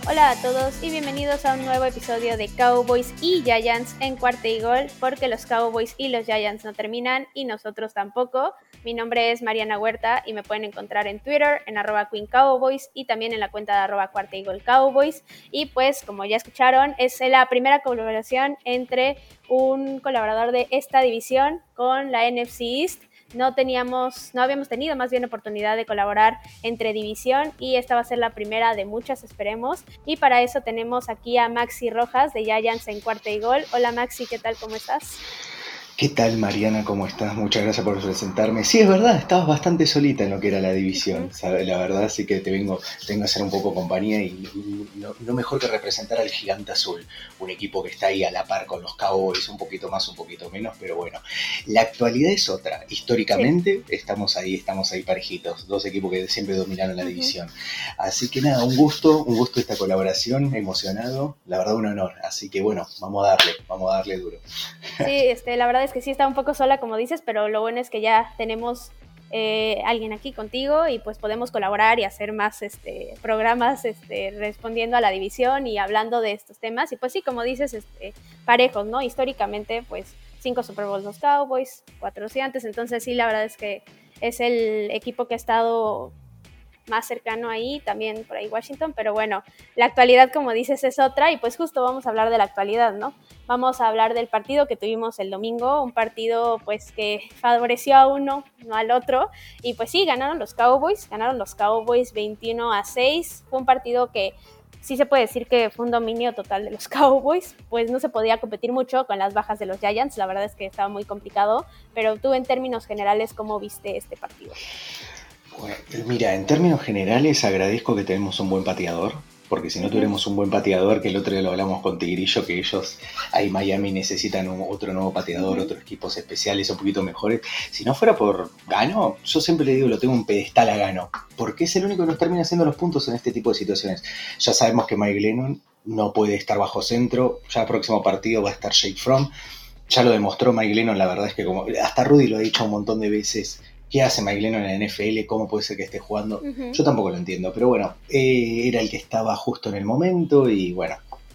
Hola a todos y bienvenidos a un nuevo episodio de Cowboys y Giants en Cuarta y Gol, porque los Cowboys y los Giants no terminan y nosotros tampoco. Mi nombre es Mariana Huerta y me pueden encontrar en Twitter en @QueenCowboys y también en la cuenta de @Cuarta y Gol Cowboys. Y pues, como ya escucharon, es la primera colaboración entre un colaborador de esta división con la NFC East. No habíamos tenido más bien oportunidad de colaborar entre división y esta va a ser la primera de muchas, esperemos. Y para eso tenemos aquí a Maxi Rojas de Giants en Cuarta y Gol. Hola Maxi, ¿qué tal? ¿Cómo estás? ¿Qué tal, Mariana? ¿Cómo estás? Muchas gracias por presentarme. Sí, es verdad, estabas bastante solita en lo que era la división, ¿sabes? La verdad, sí que te vengo a hacer un poco compañía y no mejor que representar al Gigante Azul, un equipo que está ahí a la par con los Cowboys, un poquito más, un poquito menos, pero bueno, la actualidad es otra. Históricamente estamos ahí parejitos, dos equipos que siempre dominaron la división. Así que nada, un gusto esta colaboración, emocionado, la verdad un honor. Así que bueno, vamos a darle duro. Sí, la verdad es que sí está un poco sola, como dices, pero lo bueno es que ya tenemos alguien aquí contigo y pues podemos colaborar y hacer más programas respondiendo a la división y hablando de estos temas. Y pues sí, como dices, parejos, ¿no? Históricamente, pues 5 Super Bowls los Cowboys, 4 Gigantes, entonces sí, la verdad es que es el equipo que ha estado más cercano ahí, también por ahí Washington, pero bueno, la actualidad, como dices, es otra y pues justo vamos a hablar de la actualidad, ¿no? Vamos a hablar del partido que tuvimos el domingo, un partido pues que favoreció a uno, no al otro, y pues sí, ganaron los Cowboys 21-6, fue un partido que sí se puede decir que fue un dominio total de los Cowboys, pues no se podía competir mucho con las bajas de los Giants, la verdad es que estaba muy complicado, pero tú en términos generales, ¿cómo viste este partido? Bueno, mira, en términos generales agradezco que tenemos un buen pateador, porque si no tuviéramos un buen pateador, que el otro día lo hablamos con Tigrillo, que ellos ahí Miami necesitan otro nuevo pateador, otros equipos especiales un poquito mejores. Si no fuera por Gano, yo siempre le digo, lo tengo un pedestal a Gano, porque es el único que nos termina haciendo los puntos en este tipo de situaciones. Ya sabemos que Mike Glennon no puede estar bajo centro, ya el próximo partido va a estar Jake Fromm. Ya lo demostró Mike Glennon, la verdad es que como hasta Rudy lo ha dicho un montón de veces. ¿Qué hace Mike Glennon en la NFL? ¿Cómo puede ser que esté jugando? Yo tampoco lo entiendo, pero bueno, era el que estaba justo en el momento y bueno,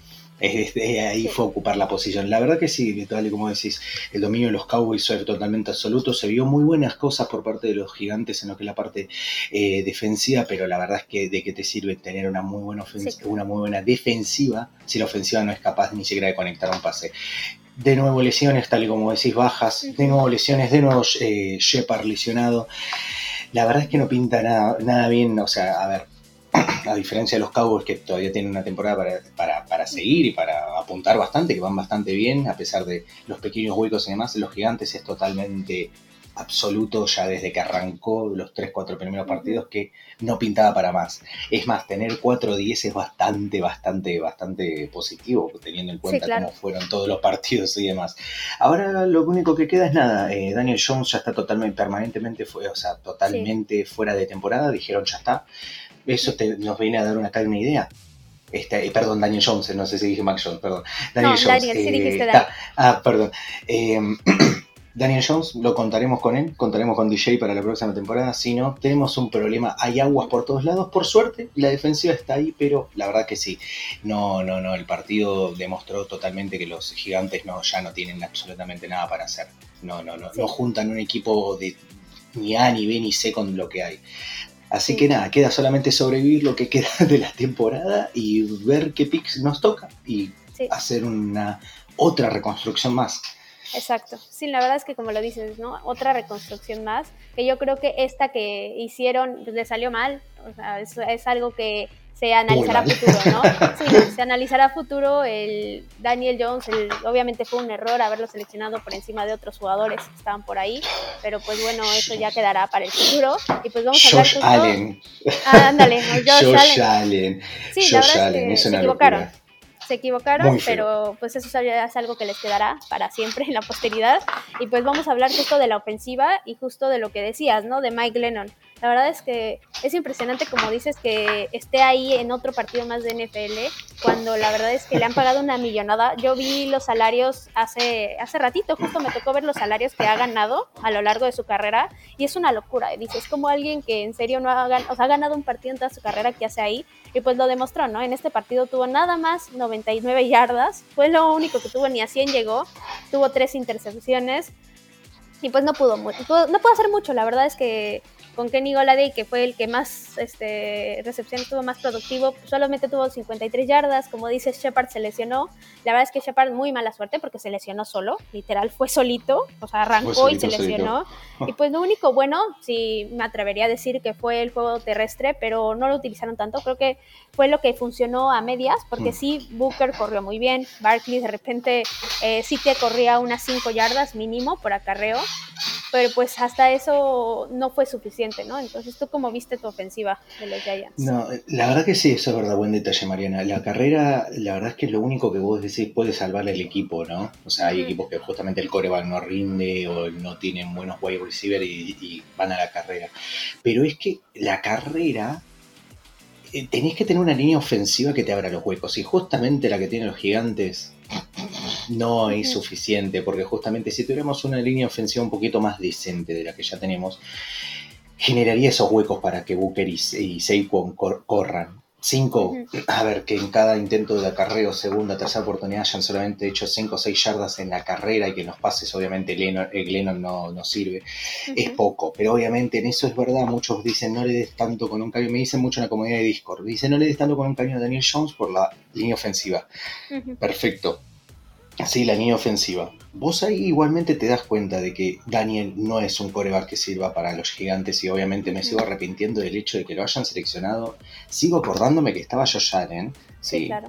ahí fue a ocupar la posición. La verdad que sí, tal y como decís, el dominio de los Cowboys fue totalmente absoluto. Se vio muy buenas cosas por parte de los Gigantes en lo que es la parte defensiva, pero la verdad es que de qué te sirve tener una muy buena una muy buena defensiva si la ofensiva no es capaz ni siquiera de conectar un pase. De nuevo lesiones, tal y como decís, bajas, de nuevo lesiones, de nuevo Shepard lesionado. La verdad es que no pinta nada bien, o sea, a ver, a diferencia de los Cowboys que todavía tienen una temporada para seguir y para apuntar bastante, que van bastante bien, a pesar de los pequeños huecos y demás, los Gigantes es totalmente absoluto ya desde que arrancó los 3-4 primeros partidos que no pintaba para más. Es más, tener 4-10 es bastante positivo, teniendo en cuenta cómo fueron todos los partidos y demás. Ahora lo único que queda es nada, Daniel Jones ya está permanentemente fuera de temporada, dijeron ya está. Eso nos viene a dar una idea. Perdón, Daniel Jones, no sé si dije Mac Jones, perdón. Daniel Jones. Daniel, sí dijiste Daniel. Perdón. Daniel Jones, lo contaremos con él, contaremos con DJ para la próxima temporada. Si no, tenemos un problema, hay aguas por todos lados. Por suerte, la defensiva está ahí, pero la verdad que sí. No, el partido demostró totalmente que los Gigantes ya no tienen absolutamente nada para hacer. No juntan un equipo de ni A, ni B, ni C con lo que hay. Así que nada, queda solamente sobrevivir lo que queda de la temporada y ver qué picks nos toca y hacer una otra reconstrucción más. Exacto, sí, la verdad es que como lo dices, ¿no? Otra reconstrucción más, que yo creo que esta que hicieron pues, le salió mal, o sea, es algo que se analizará a futuro, ¿no? Sí, se analizará a futuro. El Daniel Jones, obviamente fue un error haberlo seleccionado por encima de otros jugadores que estaban por ahí, pero pues bueno, eso ya quedará para el futuro. Y pues vamos a hablar justo... Allen. Ándale, Josh Allen. Sí, la verdad es que se equivocaron. Se equivocaron, pero pues eso es algo que les quedará para siempre en la posteridad. Y pues vamos a hablar justo de la ofensiva y justo de lo que decías, ¿no? De Mike Glennon. La verdad es que es impresionante, como dices, que esté ahí en otro partido más de NFL, cuando la verdad es que le han pagado una millonada. Yo vi los salarios hace ratito, justo me tocó ver los salarios que ha ganado a lo largo de su carrera, y es una locura. Y dices, como alguien que en serio no ha ganado un partido en toda su carrera, que hace ahí, y pues lo demostró, ¿no? En este partido tuvo nada más 99 yardas, fue lo único que tuvo, ni a 100 llegó, tuvo 3 intercepciones, y pues no pudo hacer mucho. La verdad es que con Kenny Golladay, que fue el que más recepciones tuvo, más productivo, pues solamente tuvo 53 yardas. Como dices, Shepard se lesionó. La verdad es que Shepard muy mala suerte porque se lesionó solo, literal, fue solito, o sea, arrancó y se lesionó. Y pues lo único bueno, sí me atrevería a decir que fue el juego terrestre, pero no lo utilizaron tanto. Creo que fue lo que funcionó a medias, porque sí, Booker corrió muy bien, Barkley de repente sí te corría unas 5 yardas mínimo por acarreo, pero pues hasta eso no fue suficiente, ¿no? Entonces, ¿tú cómo viste tu ofensiva de los Giants? No, la verdad que sí, eso es verdad, buen detalle, Mariana. La carrera, la verdad es que es lo único que vos decís puede salvar al equipo, ¿no? O sea, hay equipos que justamente el quarterback no rinde o no tienen buenos wide receiver y van a la carrera. Pero es que la carrera, tenés que tener una línea ofensiva que te abra los huecos. Y justamente la que tienen los Gigantes no es suficiente, porque justamente si tuviéramos una línea ofensiva un poquito más decente de la que ya tenemos, generaría esos huecos para que Booker y Saquon corran. 5, a ver, que en cada intento de acarreo, segunda, tercera oportunidad, hayan solamente hecho 5 o 6 yardas en la carrera y que en los pases, obviamente, Glennon no sirve. Es poco, pero obviamente en eso es verdad. Muchos dicen no le des tanto con un cambio. Me dicen mucho en la comunidad de Discord. Dicen no le des tanto con un cambio a Daniel Jones por la línea ofensiva. Perfecto. Sí, la línea ofensiva. Vos ahí igualmente te das cuenta de que Daniel no es un quarterback que sirva para los Gigantes y obviamente me sigo arrepintiendo del hecho de que lo hayan seleccionado. Sigo acordándome que estaba Josh Allen. Sí, claro.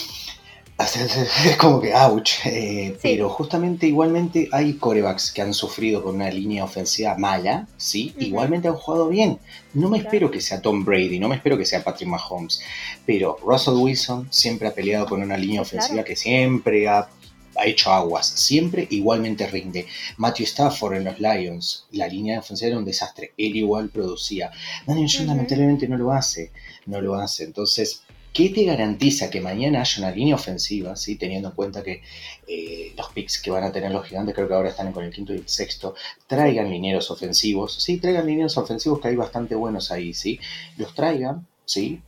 Es como que ouch. Sí. Pero justamente igualmente hay quarterbacks que han sufrido con una línea ofensiva mala, sí, igualmente han jugado bien. No me espero que sea Tom Brady, no me espero que sea Patrick Mahomes, pero Russell Wilson siempre ha peleado con una línea ofensiva que siempre ha hecho aguas, siempre igualmente rinde. Matthew Stafford en los Lions, la línea ofensiva era un desastre, él igual producía. Daniel Jones lamentablemente no lo hace. Entonces, ¿qué te garantiza que mañana haya una línea ofensiva, ¿sí? Teniendo en cuenta que los picks que van a tener los Gigantes, creo que ahora están con el 5º y el 6º, traigan linieros ofensivos, sí, traigan linieros ofensivos que hay bastante buenos ahí, sí, los traigan, sí,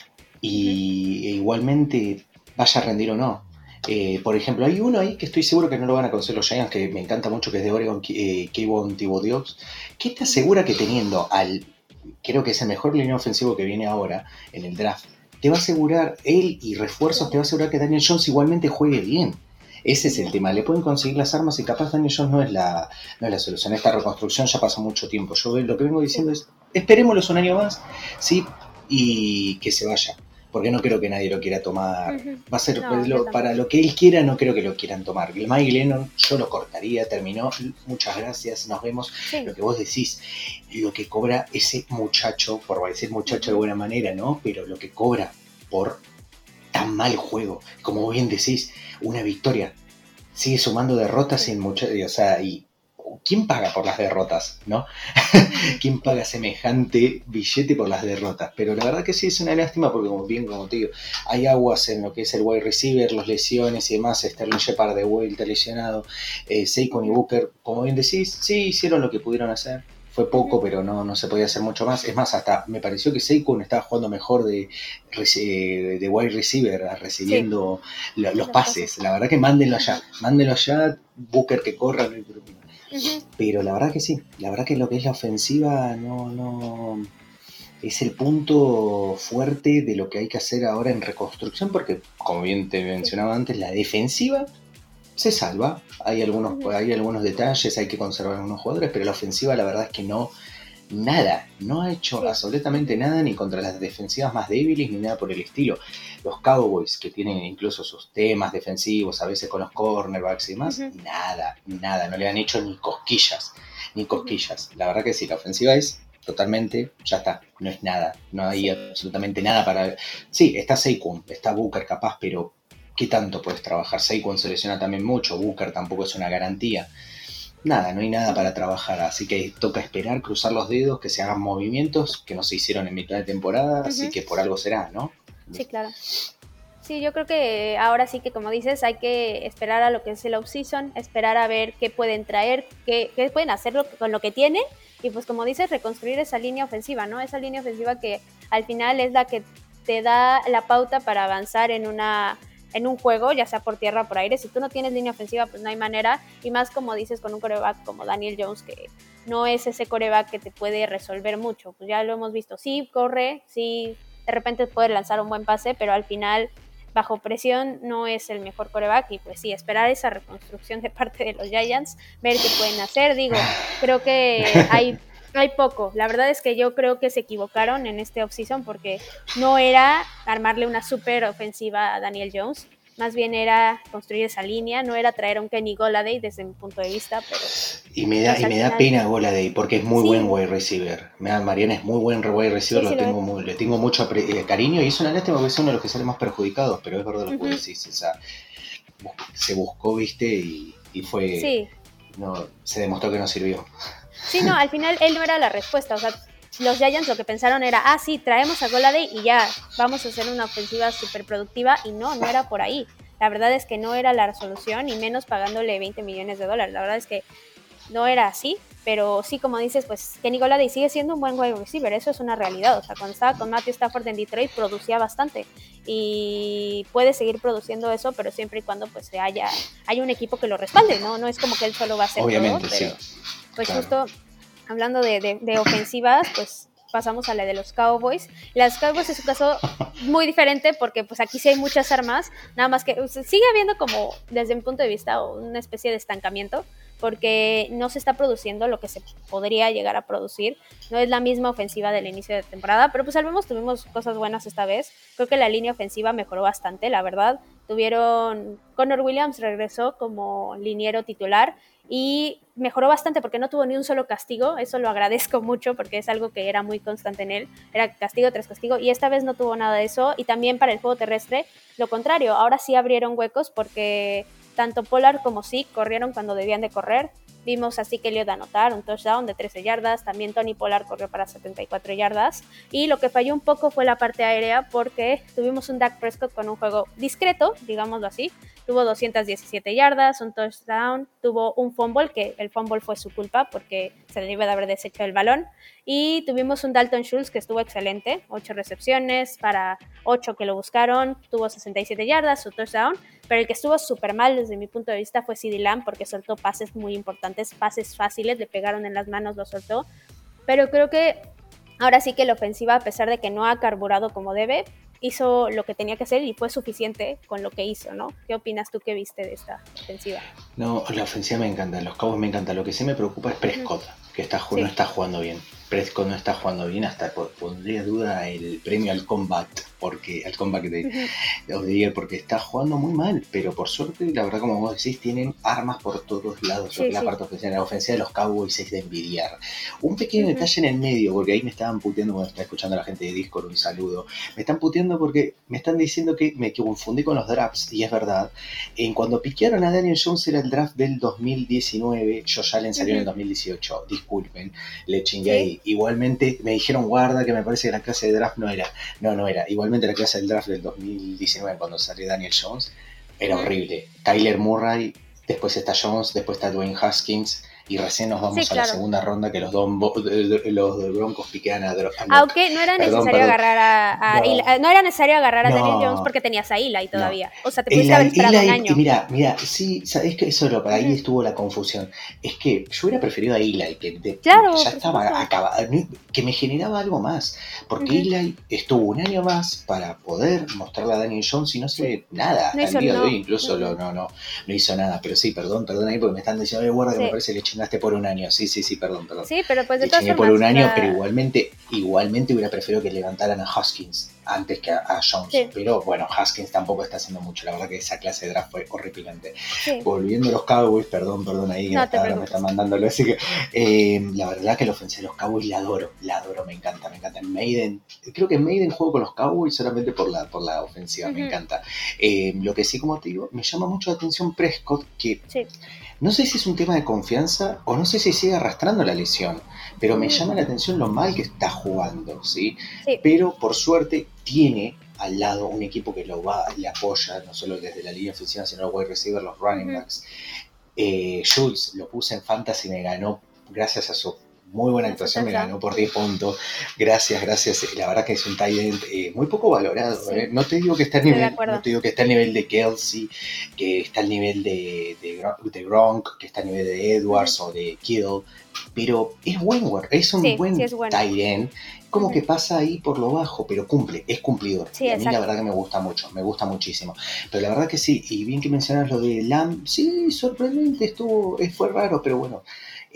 y igualmente vaya a rendir o no. Por ejemplo, hay uno ahí que estoy seguro que no lo van a conocer los Giants, que me encanta mucho, que es de Oregon, Kayvon Thibodeaux, que te asegura que teniendo creo que es el mejor línea ofensivo que viene ahora en el draft, te va a asegurar, él y refuerzos, te va a asegurar que Daniel Jones igualmente juegue bien. Ese es el tema, le pueden conseguir las armas y capaz Daniel Jones no es la solución. Esta reconstrucción ya pasó mucho tiempo. Yo lo que vengo diciendo es, esperémoslos un año más, ¿sí? Y que se vaya. Porque no creo que nadie lo quiera tomar. Va a ser para lo que él quiera, no creo que lo quieran tomar. El Mike Glennon, yo lo cortaría, terminó. Muchas gracias, nos vemos. Lo que vos decís, lo que cobra ese muchacho, por decir muchacho de buena manera, ¿no? Pero lo que cobra por tan mal juego, como bien decís, una victoria. Sigue sumando derrotas y ¿quién paga por las derrotas, no? ¿Quién paga semejante billete por las derrotas? Pero la verdad que sí es una lástima porque, como te digo, hay aguas en lo que es el wide receiver, los lesiones y demás. Sterling Shepard de vuelta lesionado, Saquon y Booker, como bien decís, sí hicieron lo que pudieron hacer. Fue poco, pero no se podía hacer mucho más. Es más, hasta me pareció que Saquon estaba jugando mejor de wide receiver, recibiendo los pases. La verdad que mándenlo allá, Booker que corra, no hay problema. Pero la verdad que sí, la verdad que lo que es la ofensiva no es el punto fuerte de lo que hay que hacer ahora en reconstrucción, porque como bien te mencionaba antes, la defensiva se salva, hay algunos detalles, hay que conservar algunos jugadores, pero la ofensiva la verdad es que no ha hecho absolutamente nada, ni contra las defensivas más débiles ni nada por el estilo. Los Cowboys, que tienen incluso sus temas defensivos, a veces con los cornerbacks y demás, nada, no le han hecho ni cosquillas. La verdad que sí, la ofensiva es totalmente, ya está, no es nada, no hay absolutamente nada para... Sí, está Saquon, está Booker capaz, pero ¿qué tanto puedes trabajar? Saquon se lesiona también mucho, Booker tampoco es una garantía. nada, no hay nada para trabajar, así que toca esperar, cruzar los dedos, que se hagan movimientos que no se hicieron en mitad de temporada, así que por algo será, ¿no? Sí, claro. Sí, yo creo que ahora sí que, como dices, hay que esperar a lo que es el off-season, esperar a ver qué pueden traer, qué pueden hacer con lo que tienen, y pues como dices, reconstruir esa línea ofensiva, ¿no? Esa línea ofensiva que al final es la que te da la pauta para avanzar en un juego, ya sea por tierra o por aire. Si tú no tienes línea ofensiva, pues no hay manera, y más como dices, con un quarterback como Daniel Jones, que no es ese quarterback que te puede resolver mucho, pues ya lo hemos visto, sí corre, sí de repente puede lanzar un buen pase, pero al final bajo presión no es el mejor quarterback, y pues sí, esperar esa reconstrucción de parte de los Giants, ver qué pueden hacer. Digo, creo que hay poco. La verdad es que yo creo que se equivocaron en este offseason, porque no era armarle una super ofensiva a Daniel Jones, más bien era construir esa línea, no era traer a un Kenny Golladay desde mi punto de vista, pero Y me da, pues y al me da final pena Golladay porque es muy buen sí, wide receiver. Mariana es muy buen wide receiver, sí, sí lo es. le tengo mucho cariño y es una lástima porque es uno de los que sale más perjudicados, pero es verdad lo que vos decís, o sea, se buscó, viste, y fue, Sí. no, se demostró que no sirvió. Sí, no, al final él no era la respuesta, o sea, los Giants lo que pensaron era, sí, traemos a Golladay y ya, vamos a hacer una ofensiva súper productiva, y no era por ahí. La verdad es que no era la solución, y menos pagándole $20 millones. La verdad es que no era así, pero sí, como dices, pues Kenny Golladay sigue siendo un buen wide receiver, eso es una realidad. O sea, cuando estaba con Matthew Stafford en Detroit producía bastante, y puede seguir produciendo eso, pero siempre y cuando pues haya un equipo que lo respalde, no es como que él solo va a hacer Obviamente, todo, pero sí. pues Claro. justo hablando de ofensivas, pues pasamos a la de los Cowboys. Las Cowboys es un caso muy diferente, porque pues aquí sí hay muchas armas, nada más que sigue habiendo, como desde mi punto de vista, una especie de estancamiento, porque no se está produciendo lo que se podría llegar a producir. No es la misma ofensiva del inicio de temporada, pero pues al menos tuvimos cosas buenas esta vez. Creo que la línea ofensiva mejoró bastante, la verdad. Connor Williams regresó como liniero titular y mejoró bastante porque no tuvo ni un solo castigo. Eso lo agradezco mucho porque es algo que era muy constante en él, era castigo tras castigo, y esta vez no tuvo nada de eso. Y también para el juego terrestre, lo contrario, ahora sí abrieron huecos, porque tanto Pollard como Zeke corrieron cuando debían de correr. Vimos a Zeke Elliott anotar un touchdown de 13 yardas, también Tony Pollard corrió para 74 yardas, y lo que falló un poco fue la parte aérea, porque tuvimos un Dak Prescott con un juego discreto, digámoslo así. Tuvo 217 yardas, un touchdown, tuvo un fumble, que el fumble fue su culpa porque se le debe de haber deshecho el balón, y tuvimos un Dalton Schultz que estuvo excelente, 8 recepciones para 8 que lo buscaron, tuvo 67 yardas, su touchdown, pero el que estuvo súper mal desde mi punto de vista fue CeeDee Lamb, porque soltó pases muy importantes, pases fáciles, le pegaron en las manos, lo soltó, pero creo que ahora sí que la ofensiva, a pesar de que no ha carburado como debe, hizo lo que tenía que hacer y fue suficiente con lo que hizo, ¿no? ¿Qué opinas tú que viste de esta ofensiva? No, la ofensiva me encanta, los Cowboys me encanta. Lo que sí me preocupa es Prescott, que no está jugando bien. Prescott no está jugando bien, hasta pondría duda el premio al comeback, al comeback de Year, porque está jugando muy mal, pero por suerte, la verdad, como vos decís, tienen armas por todos lados. Lo que es la parte ofensiva, la ofensiva de los Cowboys es de envidiar. Un pequeño detalle en el medio, porque ahí me estaban puteando cuando estaba escuchando a la gente de Discord, un saludo. Me están puteando porque me están diciendo que me confundí con los drafts, y es verdad. Cuando piquearon a Daniel Jones era el draft del 2019, Josh Allen salió en el 2018, disculpen, le chingué ahí. Igualmente me dijeron, guarda, que me parece que la clase de draft no era. No era. Igualmente la clase del draft del 2019, cuando salió Daniel Jones, era horrible. Kyler Murray, después está Jones, después está Dwayne Haskins, y recién nos vamos a la segunda ronda, que los Broncos piquean a aunque no era necesario agarrar no era necesario agarrar a Daniel Jones porque tenías a Eli todavía. O sea, te pudiste haber esperado un año. Mira, sí, sabes que eso para ahí estuvo la confusión. Es que yo hubiera preferido a Eli, que ya estaba acabado, que me generaba algo más. Porque Eli estuvo un año más para poder mostrarle a Daniel Jones y no sé nada. Hasta el día de hoy incluso no hizo nada. Pero sí, perdón ahí, porque me están diciendo, guarda, que me parece que le chingaste por un año. Sí, perdón. Sí, pero pues de le todas chingué formas, por un año, pero igualmente hubiera preferido que levantaran a Haskins antes que a Jones. Pero bueno, Haskins tampoco está haciendo mucho. La verdad que esa clase de draft fue horripilante. Volviendo a los Cowboys, perdón ahí, que ahora me están mandándolo. Así que la verdad que la ofensiva de los Cowboys la adoro, me encanta. Creo que Maiden juego con los Cowboys solamente por la ofensiva, me encanta. Lo que sí, como te digo, me llama mucho la atención Prescott, que no sé si es un tema de confianza pasa, o no sé si sigue arrastrando la lesión, pero me llama la atención lo mal que está jugando, ¿sí? Sí. Pero por suerte tiene al lado un equipo que le apoya, no solo desde la línea ofensiva, sino los wide receivers, los running backs. Schultz lo puse en fantasy y me ganó gracias a su muy buena actuación, me ganó por 10 puntos. Gracias. La verdad que es un tight end muy poco valorado. Sí. No te digo que está al nivel, de Kelsey, que está al nivel de Gronk, que está al nivel de Edwards o de Kittle, pero es un buen tight end. Como que pasa ahí por lo bajo, pero es cumplidor. Sí, y a mí la verdad que me gusta muchísimo. Pero la verdad que sí, y bien que mencionas lo de Lamb, sí, sorprendente, fue raro, pero bueno,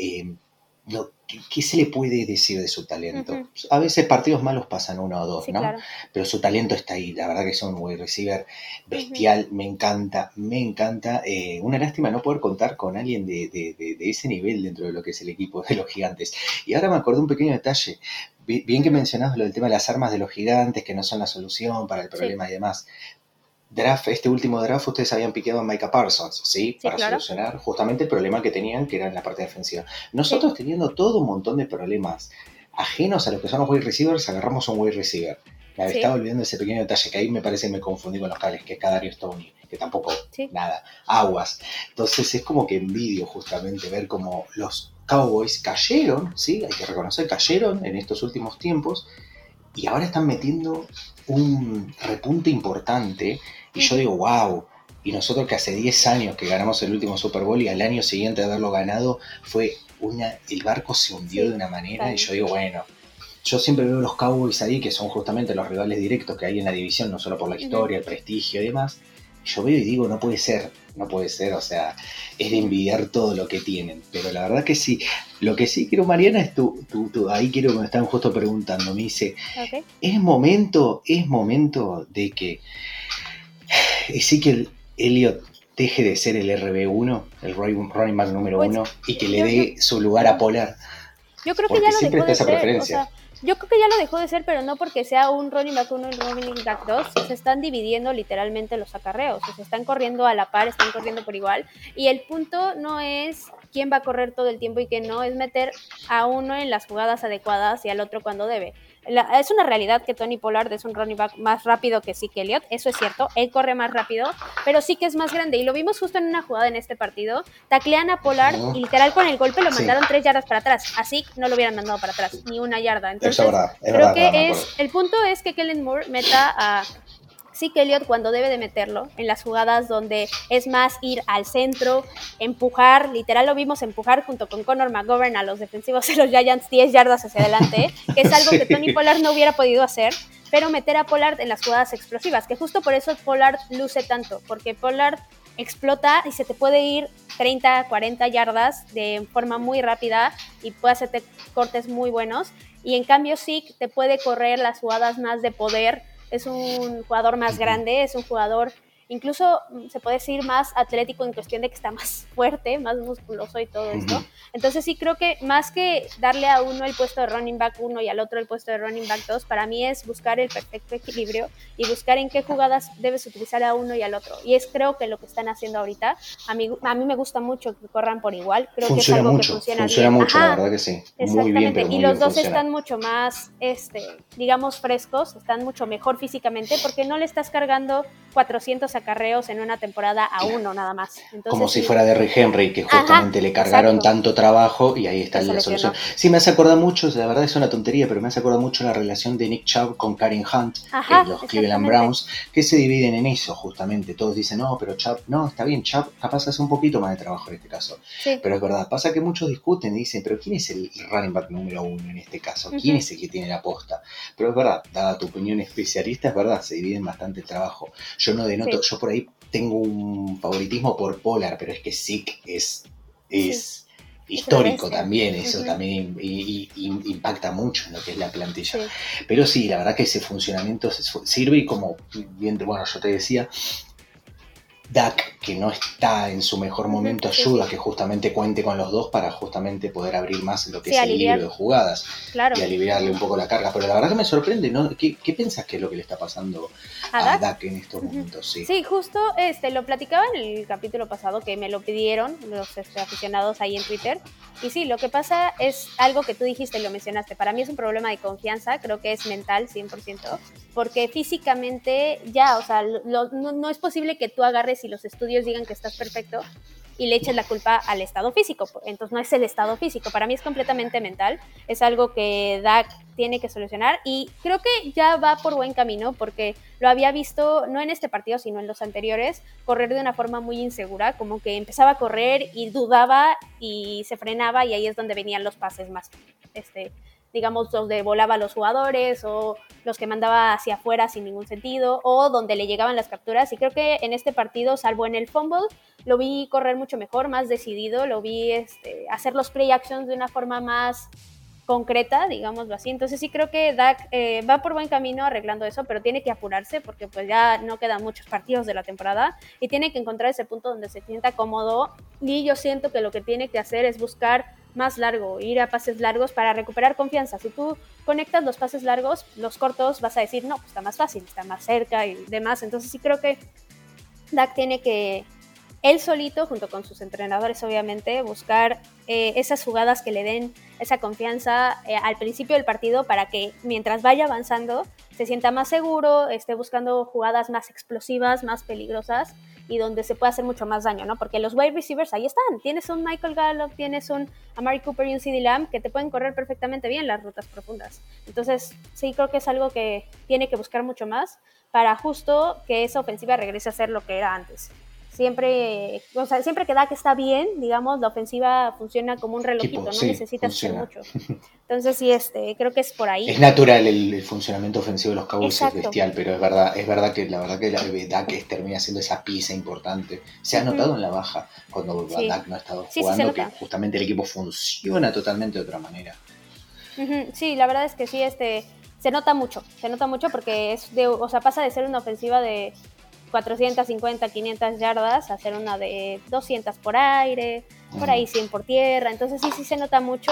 ¿qué se le puede decir de su talento? A veces partidos malos pasan 1 o 2, sí, ¿no? Claro. Pero su talento está ahí, la verdad que es un wide receiver bestial, me encanta. Una lástima no poder contar con alguien de ese nivel dentro de lo que es el equipo de los Gigantes. Y ahora me acordé un pequeño detalle, bien que mencionabas lo del tema de las armas de los Gigantes, que no son la solución para el problema y demás. Este último draft ustedes habían piqueado a Micah Parsons, ¿sí? Para solucionar justamente el problema que tenían, que era en la parte defensiva. Nosotros teniendo todo un montón de problemas ajenos a lo que son los wide receivers, agarramos un wide receiver. Me estaba olvidando ese pequeño detalle, que ahí me parece que me confundí con los cables, que es Kadarius Stoney, que tampoco, nada, aguas. Entonces es como que envidio justamente ver cómo los Cowboys cayeron, ¿sí? Hay que reconocer, cayeron en estos últimos tiempos, y ahora están metiendo un repunte importante, y yo digo, wow, y nosotros que hace 10 años que ganamos el último Super Bowl y al año siguiente de haberlo ganado, el barco se hundió de una manera, y yo digo, bueno, yo siempre veo los Cowboys ahí, que son justamente los rivales directos que hay en la división, no solo por la historia, el prestigio y demás, yo veo y digo, no puede ser, o sea, es de envidiar todo lo que tienen, pero la verdad que sí. Lo que sí quiero, Mariana, es ahí quiero que me están justo preguntando, me dice, es momento de que Ezekiel Elliott deje de ser el RB1, el running back número 1, y que le dé su lugar a Pollard. Yo creo que ya lo dejó de ser, o sea, yo creo que ya lo dejó de ser, pero no porque sea un running back 1 y un running back 2, se están dividiendo literalmente los acarreos, o sea, están corriendo a la par, están corriendo por igual, y el punto no es quién va a correr todo el tiempo y quién no, es meter a uno en las jugadas adecuadas y al otro cuando debe. Es una realidad que Tony Pollard es un running back más rápido que Zeke Elliott, eso es cierto, él corre más rápido, pero sí que es más grande, y lo vimos justo en una jugada en este partido, taclean a Pollard y literal con el golpe lo mandaron 3 yardas para atrás, así no lo hubieran mandado para atrás, ni 1 yarda. Entonces, creo que el punto es que Kellen Moore meta a Zeke Elliott cuando debe de meterlo, en las jugadas donde es más ir al centro, empujar, literal lo vimos empujar junto con Connor McGovern a los defensivos de los Giants 10 yardas hacia adelante, que es algo que Tony Pollard no hubiera podido hacer, pero meter a Pollard en las jugadas explosivas, que justo por eso Pollard luce tanto, porque Pollard explota y se te puede ir 30, 40 yardas de forma muy rápida y puede hacerte cortes muy buenos, y en cambio Zeke te puede correr las jugadas más de poder, es un jugador más grande, es un jugador incluso se puede decir más atlético en cuestión de que está más fuerte, más musculoso y todo esto. Entonces sí creo que más que darle a uno el puesto de running back 1 y al otro el puesto de running back 2, para mí es buscar el perfecto equilibrio y buscar en qué jugadas debes utilizar a uno y al otro. Y es creo que lo que están haciendo ahorita. A mí me gusta mucho que corran por igual. Creo que es algo que funciona mucho, la verdad que sí. Exactamente. Muy bien, y los dos están mucho más, digamos, frescos, están mucho mejor físicamente porque no le estás cargando 400 acarreos en una temporada a uno nada más. Entonces, como si fuera Derrick Henry, que justamente le cargaron tanto trabajo y ahí está la solución. Sí, me hace acordar mucho, la verdad es una tontería, pero me hace acordar mucho la relación de Nick Chubb con Kareem Hunt, los Cleveland Browns, que se dividen en eso justamente. Todos dicen, no, pero Chubb, no, está bien, Chubb capaz hace un poquito más de trabajo en este caso. Sí. Pero es verdad, pasa que muchos discuten y dicen, pero ¿quién es el running back número 1 en este caso? ¿Quién es el que tiene la posta? Pero es verdad, dada tu opinión especialista, es verdad, se dividen bastante el trabajo. Yo no denoto, yo por ahí tengo un favoritismo por Pollard, pero es que Zeke es histórico también, eso también impacta mucho en lo que es la plantilla. Pero sí, la verdad que ese funcionamiento sirve y como bien, bueno, yo te decía, Dak, que no está en su mejor momento, ayuda a que justamente cuente con los dos para justamente poder abrir más lo que es el libro de jugadas, y aliviarle un poco la carga. Pero la verdad que me sorprende, ¿no? ¿Qué pensás que es lo que le está pasando a Dak en estos momentos? Sí, justo lo platicaba en el capítulo pasado, que me lo pidieron los aficionados ahí en Twitter. Y sí, lo que pasa es algo que tú dijiste y lo mencionaste. Para mí es un problema de confianza, creo que es mental 100%, porque físicamente ya, o sea, no es posible que tú agarres y los estudios digan que estás perfecto y le eches la culpa al estado físico. Entonces no es el estado físico, para mí es completamente mental, es algo que Dak tiene que solucionar y creo que ya va por buen camino porque lo había visto, no en este partido, sino en los anteriores, correr de una forma muy insegura, como que empezaba a correr y dudaba y se frenaba y ahí es donde venían los pases más, digamos, donde volaba a los jugadores o los que mandaba hacia afuera sin ningún sentido o donde le llegaban las capturas. Y creo que en este partido, salvo en el fumble, lo vi correr mucho mejor, más decidido, lo vi hacer los play actions de una forma más concreta, digámoslo así. Entonces sí creo que Dak va por buen camino arreglando eso, pero tiene que apurarse porque pues ya no quedan muchos partidos de la temporada y tiene que encontrar ese punto donde se sienta cómodo, y yo siento que lo que tiene que hacer es buscar más largo, ir a pases largos para recuperar confianza. Si tú conectas los pases largos, los cortos vas a decir, no, pues está más fácil, está más cerca y demás. Entonces sí creo que Dak tiene que él solito, junto con sus entrenadores obviamente, buscar esas jugadas que le den esa confianza al principio del partido para que mientras vaya avanzando se sienta más seguro, esté buscando jugadas más explosivas, más peligrosas y donde se puede hacer mucho más daño, ¿no? Porque los wide receivers ahí están, tienes un Michael Gallup, tienes un Amari Cooper y un CeeDee Lamb que te pueden correr perfectamente bien las rutas profundas. Entonces sí creo que es algo que tiene que buscar mucho más para justo que esa ofensiva regrese a ser lo que era antes. Siempre que Dak está bien, digamos, la ofensiva funciona como un relojito, no necesitas hacer mucho. Entonces sí, creo que es por ahí. Es natural el funcionamiento ofensivo de los Cowboys, es bestial, pero es verdad que Dak termina siendo esa pieza importante. Se ha notado en la baja cuando Dak no ha estado jugando, que justamente el equipo funciona totalmente de otra manera. Sí, la verdad es que sí, se nota mucho porque pasa de ser una ofensiva de 450, 500 yardas, hacer una de 200 por aire, por ahí 100 por tierra. Entonces sí se nota mucho.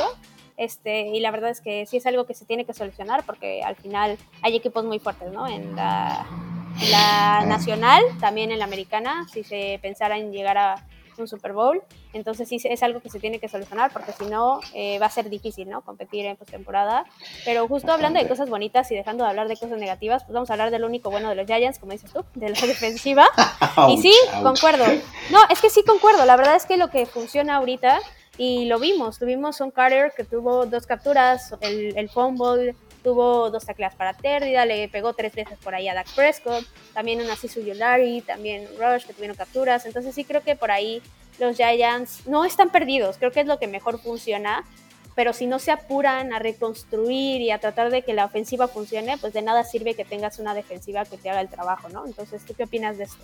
Y la verdad es que sí es algo que se tiene que solucionar porque al final hay equipos muy fuertes, ¿no? En la nacional, también en la americana, si se pensara en llegar a un Super Bowl. Entonces sí es algo que se tiene que solucionar porque si no va a ser difícil, ¿no? Competir en postemporada. Pero justo hablando de cosas bonitas y dejando de hablar de cosas negativas, pues vamos a hablar del único bueno de los Giants, como dices tú, de la defensiva. Y sí, concuerdo. No, es que sí concuerdo. La verdad es que lo que funciona ahorita, y lo vimos, tuvimos un Carter que tuvo 2 capturas, el fumble, tuvo 2 tacleadas para pérdida, le pegó 3 veces por ahí a Dak Prescott, también una Sisu Ujulari, también Rush, que tuvieron capturas. Entonces sí creo que por ahí los Giants no están perdidos, creo que es lo que mejor funciona, pero si no se apuran a reconstruir y a tratar de que la ofensiva funcione, pues de nada sirve que tengas una defensiva que te haga el trabajo, ¿no? Entonces, ¿tú qué opinas de esto?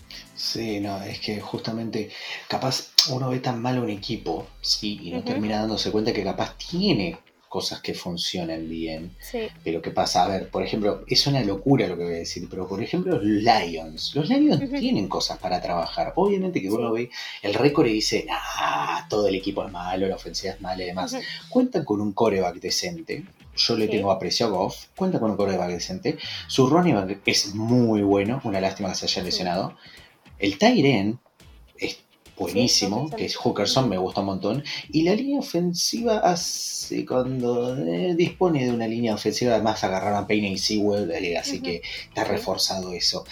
Sí, no, es que justamente capaz uno ve tan mal un equipo, sí, y no termina dándose cuenta que capaz tiene cosas que funcionan bien. Sí. Pero ¿qué pasa? A ver, por ejemplo, es una locura lo que voy a decir, pero por ejemplo los Lions tienen cosas para trabajar. Obviamente que uno ve el récord y dice, todo el equipo es malo, la ofensiva es mala y demás. Cuentan con un quarterback decente. Yo le tengo aprecio a Goff, cuenta con un quarterback decente. Su running back es muy bueno, una lástima que se haya lesionado. El tight end es buenísimo, que es Hookerson, me gusta un montón. Y la línea ofensiva cuando dispone de una línea ofensiva, además agarraron a Payne y Sewell, así que está reforzado eso.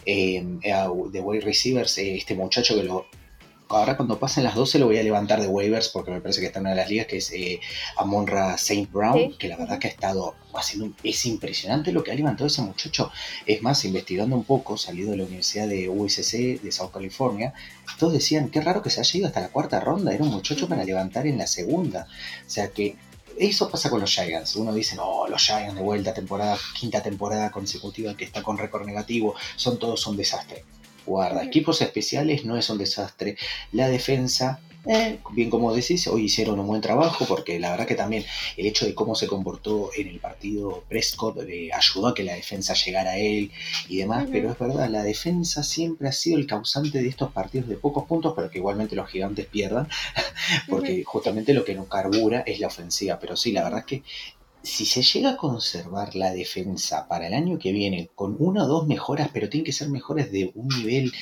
De wide receivers, este muchacho que ahora cuando pasen las 12 lo voy a levantar de waivers porque me parece que está en una de las ligas, que es Amon-Ra St. Brown, que la verdad que ha estado haciendo, es impresionante lo que ha levantado ese muchacho. Es más, investigando un poco, salido de la Universidad de USC de South California, todos decían, qué raro que se haya ido hasta la 4ª ronda, era un muchacho para levantar en la 2ª. O sea que eso pasa con los Giants. Uno dice, no, los Giants de vuelta, 5ª temporada consecutiva que está con récord negativo, todos son desastre. Guarda, equipos especiales no es un desastre. La defensa Bien como decís, hoy hicieron un buen trabajo porque la verdad que también el hecho de cómo se comportó en el partido Prescott ayudó a que la defensa llegara a él y demás, pero Ujú, es verdad, la defensa siempre ha sido el causante de estos partidos de pocos puntos, pero que igualmente los gigantes pierdan, ujú, porque justamente lo que no carbura es la ofensiva, pero sí, la verdad ujú, es que si se llega a conservar la defensa para el año que viene con una o dos mejoras, pero tienen que ser mejores de un nivel,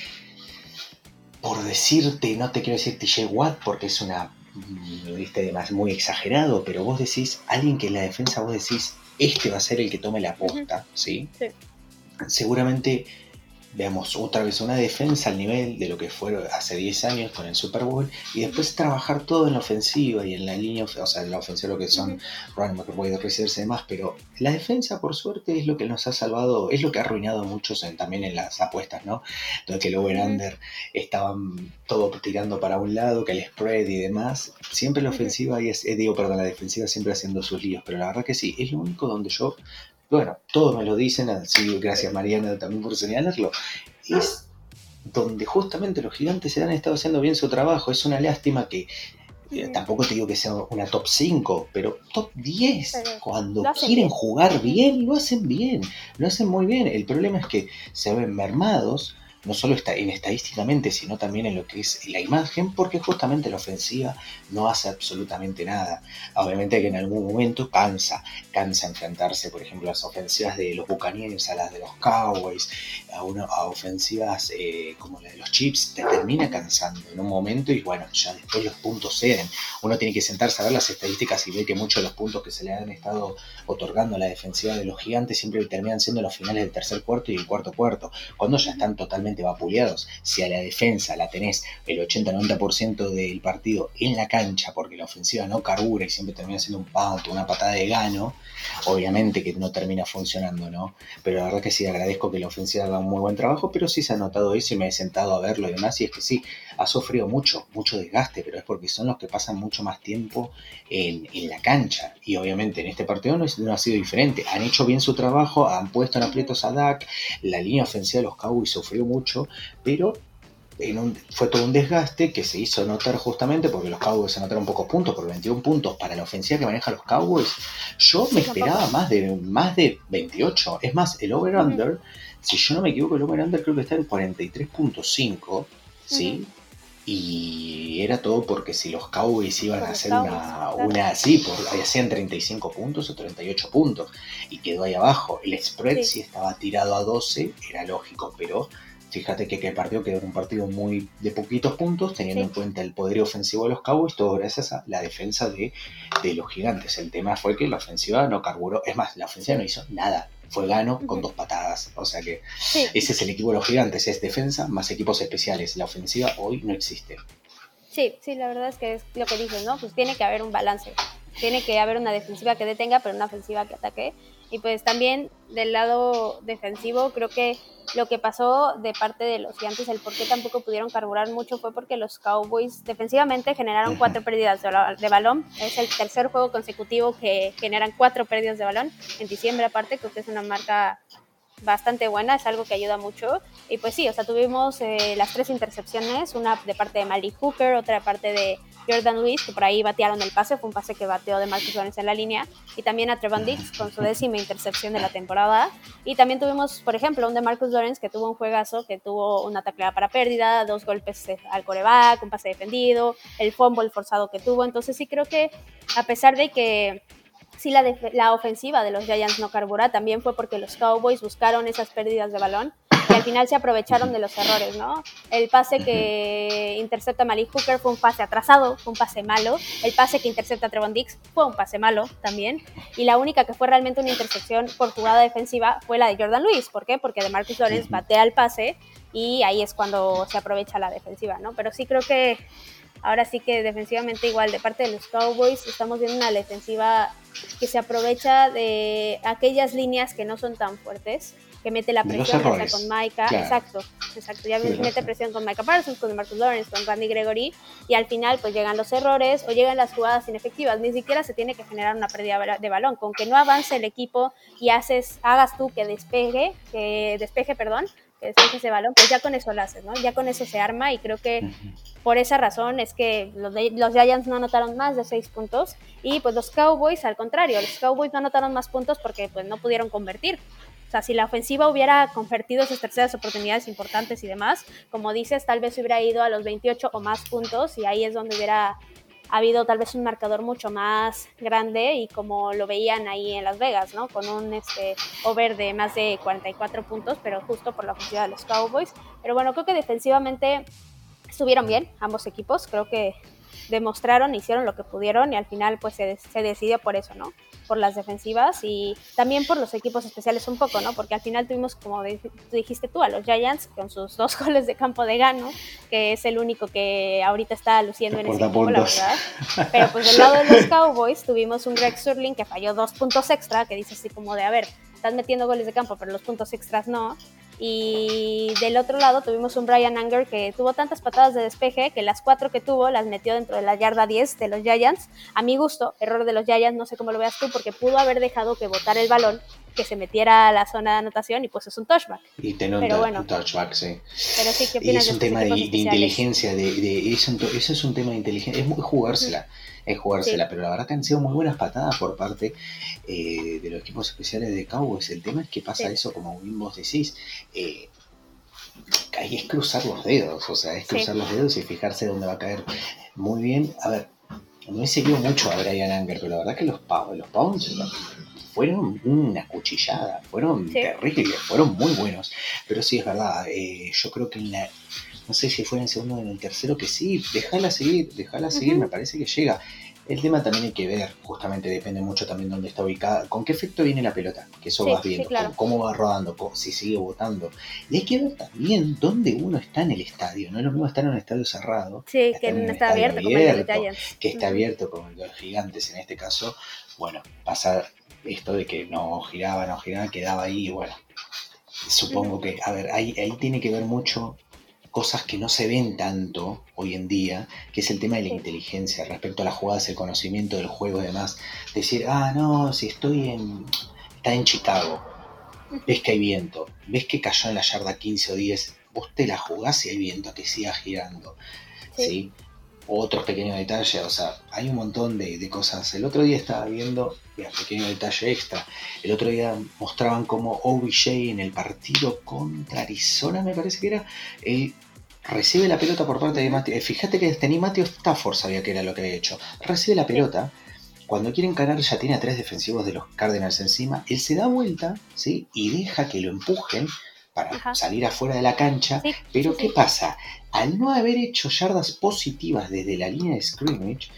por decirte, no te quiero decir TJ Watt porque es una, viste, más muy exagerado, pero vos decís, alguien que en la defensa vos decís, este va a ser el que tome la ujú. posta, ¿sí? Sí. Seguramente veamos otra vez una defensa al nivel de lo que fue hace 10 años con el Super Bowl y Ujú, después trabajar todo en la ofensiva y en la línea, o sea, en la ofensiva lo que son ujú, running back, wide receivers y demás, pero la defensa por suerte es lo que nos ha salvado, es lo que ha arruinado a muchos también en las apuestas, ¿no? Entonces que el ujú, over-under estaban todo tirando para un lado, que el spread y demás, siempre la ujú. ofensiva, la defensiva siempre haciendo sus líos, pero la verdad que sí, es lo único donde yo bueno, todos me lo dicen, así gracias Mariana también por señalarlo, es donde justamente los gigantes se han estado haciendo bien su trabajo. Es una lástima que Ujú, tampoco te digo que sea una top 5 pero top 10 pero lo cuando hacen quieren bien. jugar Ujú, bien, lo hacen muy bien. El problema es que se ven mermados, no solo está en estadísticamente, sino también en lo que es la imagen, porque justamente la ofensiva no hace absolutamente nada. Obviamente que en algún momento cansa enfrentarse, por ejemplo, a las ofensivas de los Buccaneers, a las de los Cowboys, a ofensivas como la de los Chiefs, te termina ujú, cansando en un momento y bueno, ya después los puntos ceden. Uno tiene que sentarse a ver las estadísticas y ver que muchos de los puntos que se le han estado otorgando a la defensiva de los gigantes siempre terminan siendo los finales del tercer cuarto y el cuarto cuarto, cuando ya ujú, están totalmente vapuleados. Si a la defensa la tenés el 80-90% del partido en la cancha porque la ofensiva no carbura y siempre termina siendo un punt, una patada de gano, ujú. obviamente que no termina funcionando, ¿no? Pero la verdad que sí agradezco que la ofensiva haga un muy buen trabajo, pero sí se ha notado eso y me he sentado a verlo y demás, y es que sí, ha sufrido mucho desgaste, pero es porque son los que pasan mucho más tiempo en la cancha. Y obviamente en este partido no ha sido diferente. Han hecho bien su trabajo, han puesto en Ujú, aprietos a Dak, la línea ofensiva de los Cowboys sufrió mucho, pero fue todo un desgaste que se hizo notar justamente porque los Cowboys anotaron pocos puntos, por 21 puntos para la ofensiva que maneja los Cowboys. Yo me Sí, son esperaba pocos. más de 28. Es más, el Ujú, over-under, si yo no me equivoco, el over-under creo que está en 43.5, ujú. ¿sí? Y era todo porque si los Cowboys iban Por a los hacer Cowboys, claro. sí, hacían 35 puntos o 38 puntos y quedó ahí abajo. El spread Sí. si estaba tirado a 12, era lógico, pero fíjate que el partido quedó en un partido muy de poquitos puntos, teniendo en Sí. cuenta el poder ofensivo de los Cowboys, todo gracias a la defensa de los gigantes. El tema fue que la ofensiva no carburó, es más, la ofensiva no Sí. hizo nada. Fue gano con Ujú. 2 patadas. O sea que Sí. ese es el equipo de los gigantes, es defensa más equipos especiales. La ofensiva hoy no existe. Sí, sí, la verdad es que es lo que dices, ¿no? Pues tiene que haber un balance. Tiene que haber una defensiva que detenga, pero una ofensiva que ataque. Y pues también del lado defensivo, creo que lo que pasó de parte de los Gigantes, el por qué tampoco pudieron carburar mucho fue porque los Cowboys defensivamente generaron Ujú. 4 pérdidas de balón. Es el tercer juego consecutivo que generan 4 pérdidas de balón. En diciembre aparte, creo que es una marca bastante buena, es algo que ayuda mucho. Y pues sí, o sea, tuvimos las 3 intercepciones, una de parte de Malik Hooker, otra de parte de Jordan Lewis, que por ahí batearon el pase, fue un pase que bateó de Marcus Lawrence en la línea, y también a Trevon Diggs con su 10ª intercepción de la temporada. Y también tuvimos, por ejemplo, un de Marcus Lawrence que tuvo un juegazo, que tuvo una tacleada para pérdida, 2 golpes al coreback, un pase defendido, el fumble forzado que tuvo. Entonces sí creo que a pesar de que sí la ofensiva de los Giants no carbura, también fue porque los Cowboys buscaron esas pérdidas de balón y al final se aprovecharon de los errores, ¿no? El pase que intercepta Malik Hooker fue un pase atrasado, fue un pase malo. El pase que intercepta Trevon Diggs fue un pase malo también. Y la única que fue realmente una intercepción por jugada defensiva fue la de Jordan Lewis. ¿Por qué? Porque DeMarcus Lawrence batea el pase y ahí es cuando se aprovecha la defensiva, ¿no? Pero sí creo que ahora sí que defensivamente igual de parte de los Cowboys estamos viendo una defensiva que se aprovecha de aquellas líneas que no son tan fuertes, que mete la De los presión, ya sea con errores, Micah, claro. exacto, ya De mete presión con Micah Parsons, con Marcus Lawrence, con Randy Gregory, y al final pues llegan los errores o llegan las jugadas inefectivas, ni siquiera se tiene que generar una pérdida de balón, con que no avance el equipo y hagas tú que despeje, perdón, que despeje ese balón, pues ya con eso lo haces, ¿no? Ya con eso se arma y creo que por esa razón es que los Giants no anotaron más de 6 puntos y pues los Cowboys al contrario, los Cowboys no anotaron más puntos porque pues no pudieron convertir. O sea, si la ofensiva hubiera convertido esas terceras oportunidades importantes y demás, como dices, tal vez hubiera ido a los 28 o más puntos y ahí es donde hubiera habido tal vez un marcador mucho más grande y como lo veían ahí en Las Vegas, ¿no? Con un over de más de 44 puntos, pero justo por la ofensiva de los Cowboys. Pero bueno, creo que defensivamente estuvieron bien ambos equipos, creo que demostraron, hicieron lo que pudieron y al final pues se decidió por eso, ¿no? Por las defensivas y también por los equipos especiales un poco, ¿no? Porque al final tuvimos, como dijiste tú, a los Giants con sus 2 goles de campo de Gano, que es el único que ahorita está luciendo en ese equipo, la verdad. Pero pues del lado de los Cowboys tuvimos un Greg Surling que falló 2 puntos extra, que dice así como de, a ver, estás metiendo goles de campo, pero los puntos extras no. Y del otro lado tuvimos un Bryan Anger que tuvo tantas patadas de despeje que las 4 que tuvo las metió dentro de la yarda 10 de los Giants. A mi gusto, error de los Giants, no sé cómo lo veas tú, porque pudo haber dejado que botara el balón, que se metiera a la zona de anotación y pues es un touchback. Y tener un touchback, sí. Pero sí, ¿qué opinas es un tema de inteligencia, eso es un tema de inteligencia, es muy jugársela. Es jugársela, sí. Pero la verdad que han sido muy buenas patadas por parte de los equipos especiales de Cowboys. El tema es que pasa eso, como bien vos decís, ahí es cruzar los dedos, o sea, es cruzar los dedos y fijarse dónde va a caer. Muy bien, a ver, no he seguido mucho a Bryan Anger, pero la verdad que los Pounds fueron una cuchillada, fueron terribles, fueron muy buenos, pero sí es verdad, yo creo que no sé si fue en el segundo o en el tercero, que sí, déjala seguir, me parece que llega. El tema también hay que ver, justamente depende mucho también dónde está ubicada, con qué efecto viene la pelota, que eso vas viendo, claro. Cómo va rodando, si sigue botando. Y hay que ver también dónde uno está en el estadio, no es lo mismo estar en un estadio cerrado, que no está abierto, como el de los Giants. Que está abierto como el de los Gigantes en este caso. Bueno, pasa esto de que no giraba, quedaba ahí, y bueno, supongo que, a ver, ahí tiene que ver mucho cosas que no se ven tanto hoy en día, que es el tema de la inteligencia respecto a las jugadas, el conocimiento del juego y demás. Decir, no, si está en Chicago, ves que hay viento, ves que cayó en la yarda 15 o 10, vos te la jugás y hay viento que siga girando, ¿sí? Otros pequeños detalles, o sea, hay un montón de cosas. El otro día estaba viendo, pequeño detalle extra, el otro día mostraban como OBJ en el partido contra Arizona, me parece que era, recibe la pelota por parte de Matthew. Fíjate que ni Matthew Stafford sabía que era lo que había hecho. Recibe la pelota, cuando quiere encarar ya tiene a 3 defensivos de los Cardinals encima, él se da vuelta, ¿sí? Y deja que lo empujen para salir afuera de la cancha, pero ¿qué pasa? Al no haber hecho yardas positivas desde la línea de scrimmage,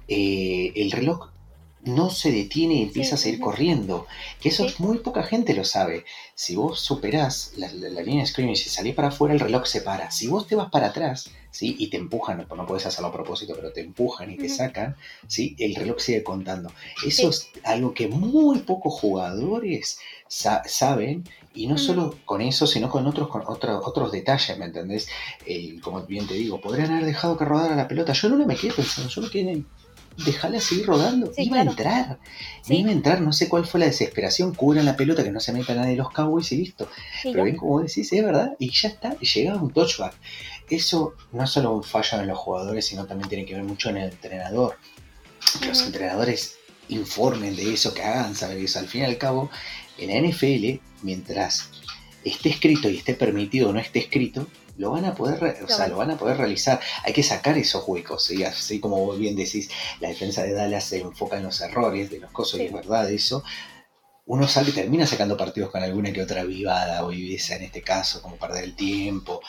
el reloj no se detiene y empieza a seguir corriendo, que eso muy poca gente lo sabe. Si vos superás la línea de scrimmage y salís para afuera, el reloj se para. Si vos te vas para atrás, ¿sí? Y te empujan, no podés hacerlo a propósito, pero te empujan y te sacan, ¿sí? El reloj sigue contando. Eso es algo que muy pocos jugadores saben, y no solo con eso, sino con otros detalles, ¿me entendés? Como bien te digo, podrían haber dejado que rodara la pelota. Yo no me quedé pensando, yo me quedé, dejarla seguir rodando, iba a entrar, no sé cuál fue la desesperación, cubran la pelota, que no se meta nadie de los Cowboys y listo. Pero bien, como decís, es verdad, y ya está, llegaba un touchback. Eso no es solo un fallo en los jugadores, sino también tiene que ver mucho en el entrenador. Que los entrenadores informen de eso, que hagan saber eso. Al fin y al cabo, en la NFL, mientras esté escrito y esté permitido o no esté escrito, lo van a poder, lo van a poder realizar. Hay que sacar esos huecos, y así como vos bien decís, la defensa de Dallas se enfoca en los errores de los cosas, y es verdad eso. Uno termina sacando partidos con alguna que otra vivada o viveza, en este caso, como perder el tiempo,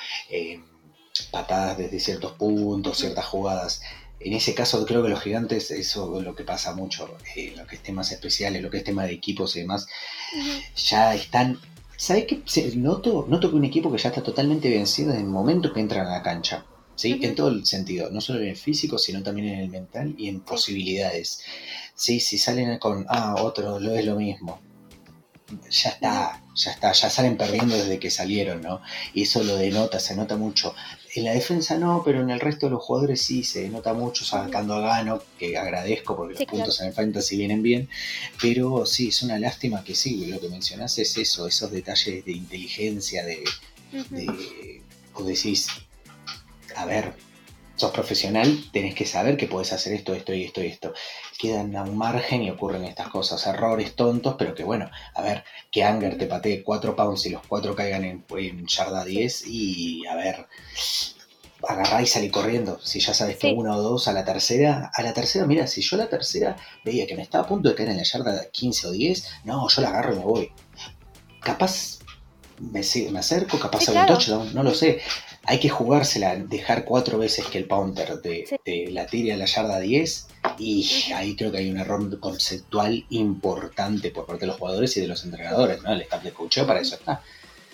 patadas desde ciertos puntos, ciertas jugadas. En ese caso creo que los Gigantes, eso es lo que pasa mucho, lo que es temas especiales, lo que es tema de equipos y demás, ya están. ¿Sabés qué? Noto que un equipo que ya está totalmente vencido desde el momento que entran a la cancha, ¿sí? En todo el sentido, no solo en el físico, sino también en el mental y en posibilidades. ¿Sí? Si salen con, otro, lo es lo mismo, ya está, ya salen perdiendo desde que salieron, ¿no? Y eso lo denota, se nota mucho. En la defensa no, pero en el resto de los jugadores sí se nota mucho, sacando a Gano, que agradezco porque los puntos en el fantasy vienen bien, pero sí, es una lástima que sí, lo que mencionás es eso, esos detalles de inteligencia, de Vos decís, a ver, sos profesional, tenés que saber que podés hacer esto, esto y esto y esto. Quedan a un margen y ocurren estas cosas, errores tontos, pero que bueno, a ver, que Anger te patee 4 pounds y los 4 caigan en yarda 10 y a ver, agarrá y salí corriendo. Si ya sabes que 1 o 2 a la tercera, mira, si yo a la tercera veía que me estaba a punto de caer en la yarda 15 o 10, no, yo la agarro y me voy. Capaz me acerco, capaz hago un touchdown, no lo sé. Hay que jugársela, dejar 4 veces que el punter de la tire a la yarda 10 y ahí creo que hay un error conceptual importante por parte de los jugadores y de los entrenadores, ¿no? El staff de coacheo para eso está.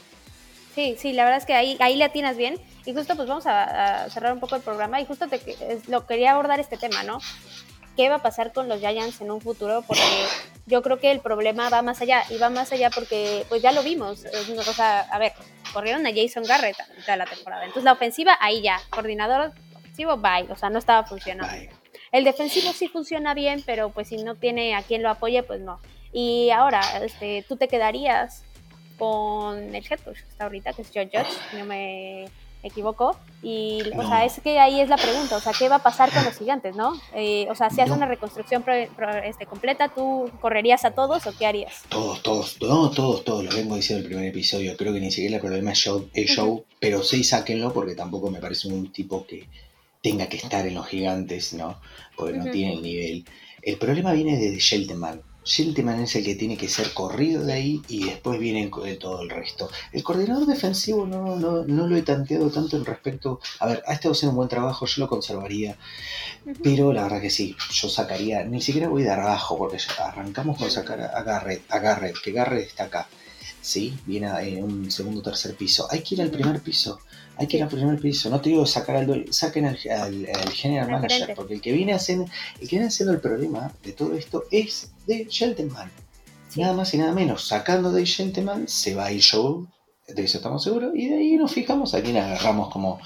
Sí, la verdad es que ahí le atinas bien y justo pues vamos a cerrar un poco el programa y justo lo quería abordar este tema, ¿no? ¿Qué va a pasar con los Giants en un futuro? Porque yo creo que el problema va más allá, y va más allá porque pues ya lo vimos, o sea, a ver, corrieron a Jason Garrett a mitad de la temporada, entonces la ofensiva ahí ya, coordinador ofensivo, bye, o sea, no estaba funcionando. Bye. El defensivo sí funciona bien, pero pues si no tiene a quien lo apoye, pues no. Y ahora, tú te quedarías con el head coach que está ahorita, que es Joe Judge, si no me equivoco, y no. O sea, es que ahí es la pregunta, o sea, ¿qué va a pasar con los Gigantes, no? O sea, si hace una reconstrucción completa, ¿tú correrías a todos o qué harías? Todos, lo vengo diciendo en el primer episodio, creo que ni siquiera el problema es Joe, pero sí sáquenlo porque tampoco me parece un tipo que tenga que estar en los Gigantes, ¿no? Porque no tiene el nivel. El problema viene de Shelton. Shelton es el que tiene que ser corrido de ahí y después viene todo el resto. El coordinador defensivo no lo he tanteado tanto en respecto... A ver, ha estado haciendo un buen trabajo, yo lo conservaría, pero la verdad que sí, yo sacaría... Ni siquiera voy de abajo porque ya arrancamos con sacar a Garrett, que Garrett está acá. Sí, viene en un segundo o tercer piso. Hay que ir al primer piso. No te digo sacar al dueño, saquen al general manager, porque el que viene haciendo el problema de todo esto es de Gentleman. Sí. Nada más y nada menos. Sacando de Gentleman se va el show, de eso estamos seguros, y de ahí nos fijamos a quién agarramos como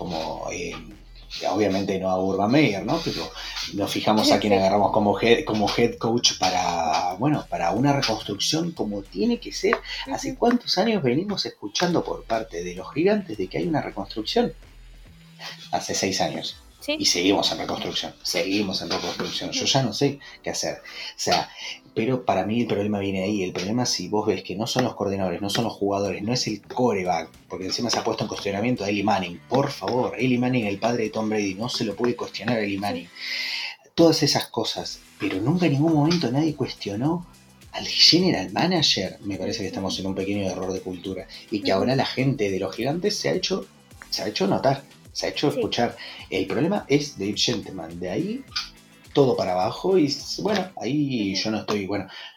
obviamente no a Urban Meyer, ¿no? Pero nos fijamos a quién agarramos como head coach para una reconstrucción como tiene que ser. ¿Hace cuántos años venimos escuchando por parte de los Gigantes de que hay una reconstrucción? Hace 6 años. ¿Sí? Y seguimos en reconstrucción. Yo ya no sé qué hacer. O sea, pero para mí el problema viene ahí. El problema si vos ves que no son los coordinadores, no son los jugadores, no es el quarterback, porque encima se ha puesto en cuestionamiento a Eli Manning. Por favor, Eli Manning, el padre de Tom Brady, no se lo puede cuestionar a Eli Manning. Sí. Todas esas cosas, pero nunca en ningún momento nadie cuestionó al general manager. Me parece que estamos en un pequeño error de cultura y que ahora la gente de los Gigantes se ha hecho notar. Se ha hecho escuchar. El problema es Dave Gentleman. De ahí todo para abajo. Y bueno, ahí yo no estoy,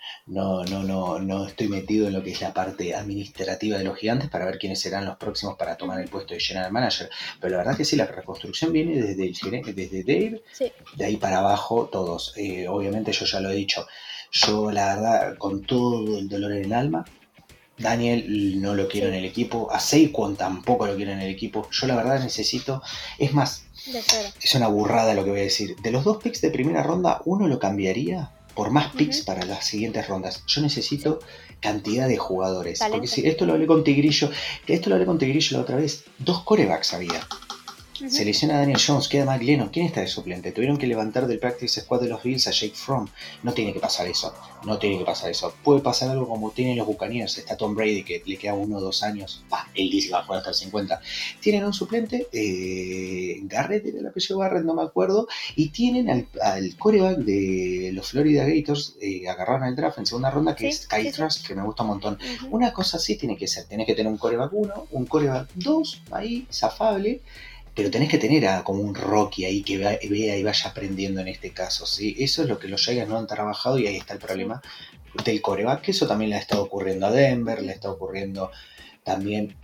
no estoy metido en lo que es la parte administrativa de los Gigantes para ver quiénes serán los próximos para tomar el puesto de general manager. Pero la verdad que sí, la reconstrucción viene desde Dave, sí. De ahí para abajo todos. Obviamente yo ya lo he dicho. Yo la verdad, con todo el dolor en el alma, Daniel no lo quiero en el equipo, a Saquon tampoco lo quiero en el equipo. Yo la verdad necesito, es más, es una burrada lo que voy a decir. De los 2 picks de primera ronda, uno lo cambiaría por más picks para las siguientes rondas. Yo necesito cantidad de jugadores. Talento. Porque si esto lo hablé con Tigrillo la otra vez, 2 quarterbacks había. Se lesiona a Daniel Jones, queda Mike Lennon. ¿Quién está de suplente? Tuvieron que levantar del practice squad de los Bills a Jake Fromm. No tiene que pasar eso. Puede pasar algo como tienen los Buccaneers. Está Tom Brady, que le queda 1 o 2 años. Él dice que va a jugar hasta el 50. Tienen un suplente, Garrett, era el apellido Garrett, no me acuerdo. Y tienen al quarterback de los Florida Gators, agarraron al draft en segunda ronda, que es Kyle Trask, que me gusta un montón. Una cosa así tiene que ser. Tenés que tener un quarterback 1, un quarterback 2, ahí, zafable. Pero tenés que tener como un Rocky ahí que vea y vaya aprendiendo en este caso, ¿sí? Eso es lo que los Giants no han trabajado y ahí está el problema del quarterback, que eso también le ha estado ocurriendo a Denver, le está ocurriendo también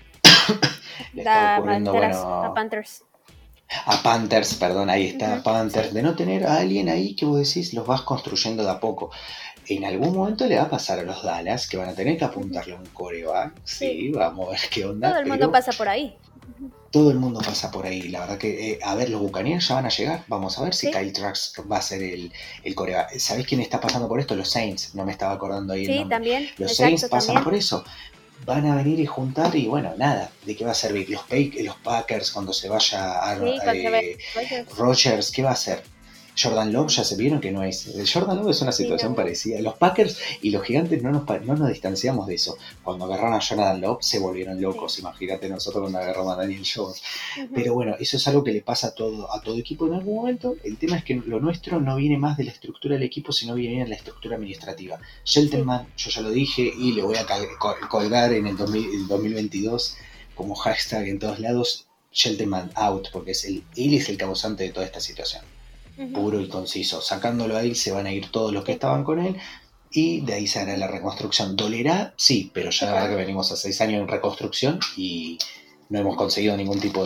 a Panthers. A Panthers, perdón, ahí está, Panthers, de no tener a alguien ahí que vos decís los vas construyendo de a poco. En algún momento le va a pasar a los Dallas que van a tener que apuntarle a un quarterback, sí, vamos a ver qué onda. Todo el mundo pasa por ahí. Todo el mundo pasa por ahí. La verdad que, a ver, los Buccaneers ya van a llegar. Vamos a ver si Kyle Trask va a ser el quarterback. ¿Sabés quién está pasando por esto? Los Saints. No me estaba acordando ahí el nombre. También. Los Saints pasan por eso. van a venir y juntar y bueno, nada, ¿de qué va a servir? Los Packers cuando se vaya a Sí, cuando se ve Rodgers, ¿qué va a hacer? Jordan Love ya se vieron que no es. Jordan Love es una sí, situación no. parecida. Los Packers y los Gigantes no nos distanciamos de eso. Cuando agarraron a Jordan Love se volvieron locos. Sí. Imagínate nosotros cuando agarramos a Daniel Jones. Uh-huh. Pero bueno, eso es algo que le pasa a todo equipo en algún momento. El tema es que lo nuestro no viene más de la estructura del equipo, sino viene de la estructura administrativa. Sheltonman, Sí. yo ya lo dije y le voy a colgar en el 2022 como hashtag en todos lados, Sheltonman out, porque él es el causante de toda esta situación. Uh-huh. Puro y conciso. Sacándolo ahí se van a ir todos los que Sí. estaban con él y de ahí se hará la reconstrucción. ¿Dolerá? Sí, pero ya Sí, la verdad claro. que venimos a 6 años en reconstrucción y no hemos conseguido ningún tipo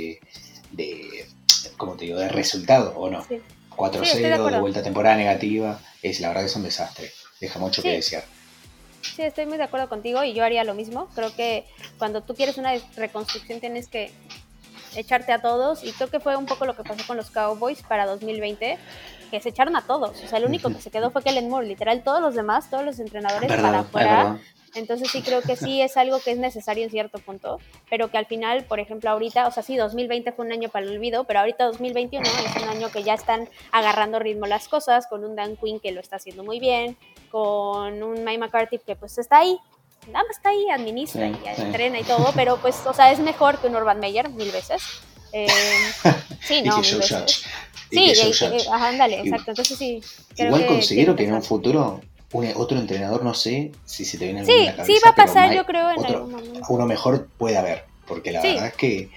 ¿cómo te digo?, de resultado, ¿o no? Sí. 4-0, Estoy de de acuerdo. vuelta a temporada negativa, la verdad que es un desastre, deja mucho que Sí, desear. sí, estoy muy de acuerdo contigo y yo haría lo mismo. Creo que cuando tú quieres una reconstrucción tienes que echarte a todos y creo que fue un poco lo que pasó con los Cowboys para 2020, que se echaron a todos. O sea, el único que se quedó fue Kellen Moore, literal, todos los demás, todos los entrenadores para Verdad, es afuera. verdad. Entonces sí creo que sí es algo que es necesario en cierto punto, pero que al final, por ejemplo, ahorita, o sea, sí, 2020 fue un año para el olvido, pero ahorita 2021 es un año que ya están agarrando ritmo las cosas, con un Dan Quinn que lo está haciendo muy bien, con un Mike McCarthy que pues está ahí, nada más está ahí, administra Sí, y sí. entrena y todo, pero pues, o sea, es mejor que un Urban Meyer, 1000 veces. Sí, Y no, que 1000 Joe veces. Judge. Y Sí, que Joe Judge. ajá, ándale, exacto. Entonces sí, creo Igual que es considero que en un necesario. futuro otro entrenador, no sé si se te viene alguno en la Sí, sí va cabeza, a pero pasar, yo creo, en algún momento. uno mejor puede haber, porque la Sí, verdad es que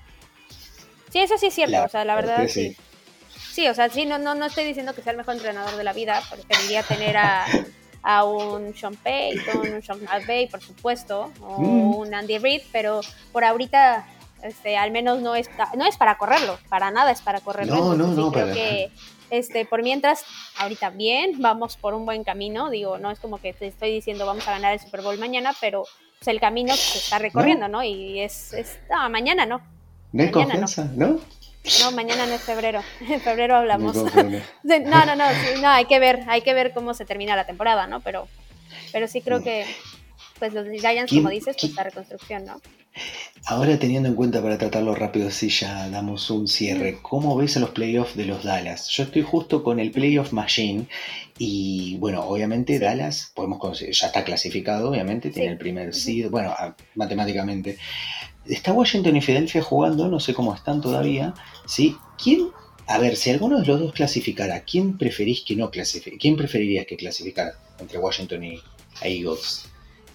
sí, eso sí es cierto, o sea, la verdad es verdad que sí. sí. Sí, o sea, sí, no estoy diciendo que sea el mejor entrenador de la vida, preferiría tener a un Sean Payton, un Sean McVay, por supuesto, o un Andy Reid, pero por ahorita, al menos no es para correrlo, para nada es para correrlo, No, no, entonces sí no, creo para. que, por mientras, ahorita bien, vamos por un buen camino, digo, no es como que te estoy diciendo vamos a ganar el Super Bowl mañana, pero pues, el camino se está recorriendo, ¿No? ¿no? Y no, mañana no, ¿No hay mañana no. confianza? ¿No? No, mañana no es febrero. En febrero No hay hablamos. confianza. No, sí, no, hay que ver cómo se termina la temporada, ¿no? Pero sí creo que, pues los Giants, como ¿Quién, dices, pues quién- la reconstrucción, ¿no? Ahora teniendo en cuenta para tratarlo rápido, si ya damos un Ujú. cierre, ¿cómo ves a los playoffs de los Dallas? Yo estoy justo con el playoff machine y bueno, obviamente Sí, Dallas ya está clasificado, obviamente, tiene sí. el primer Ujú. seed, bueno, matemáticamente. Está Washington y Filadelfia jugando, no sé cómo están Sí. todavía, ¿sí? A ver, si alguno de los dos clasificara, ¿quién preferís que no clasifique? ¿Quién preferirías que clasificara entre Washington y Eagles?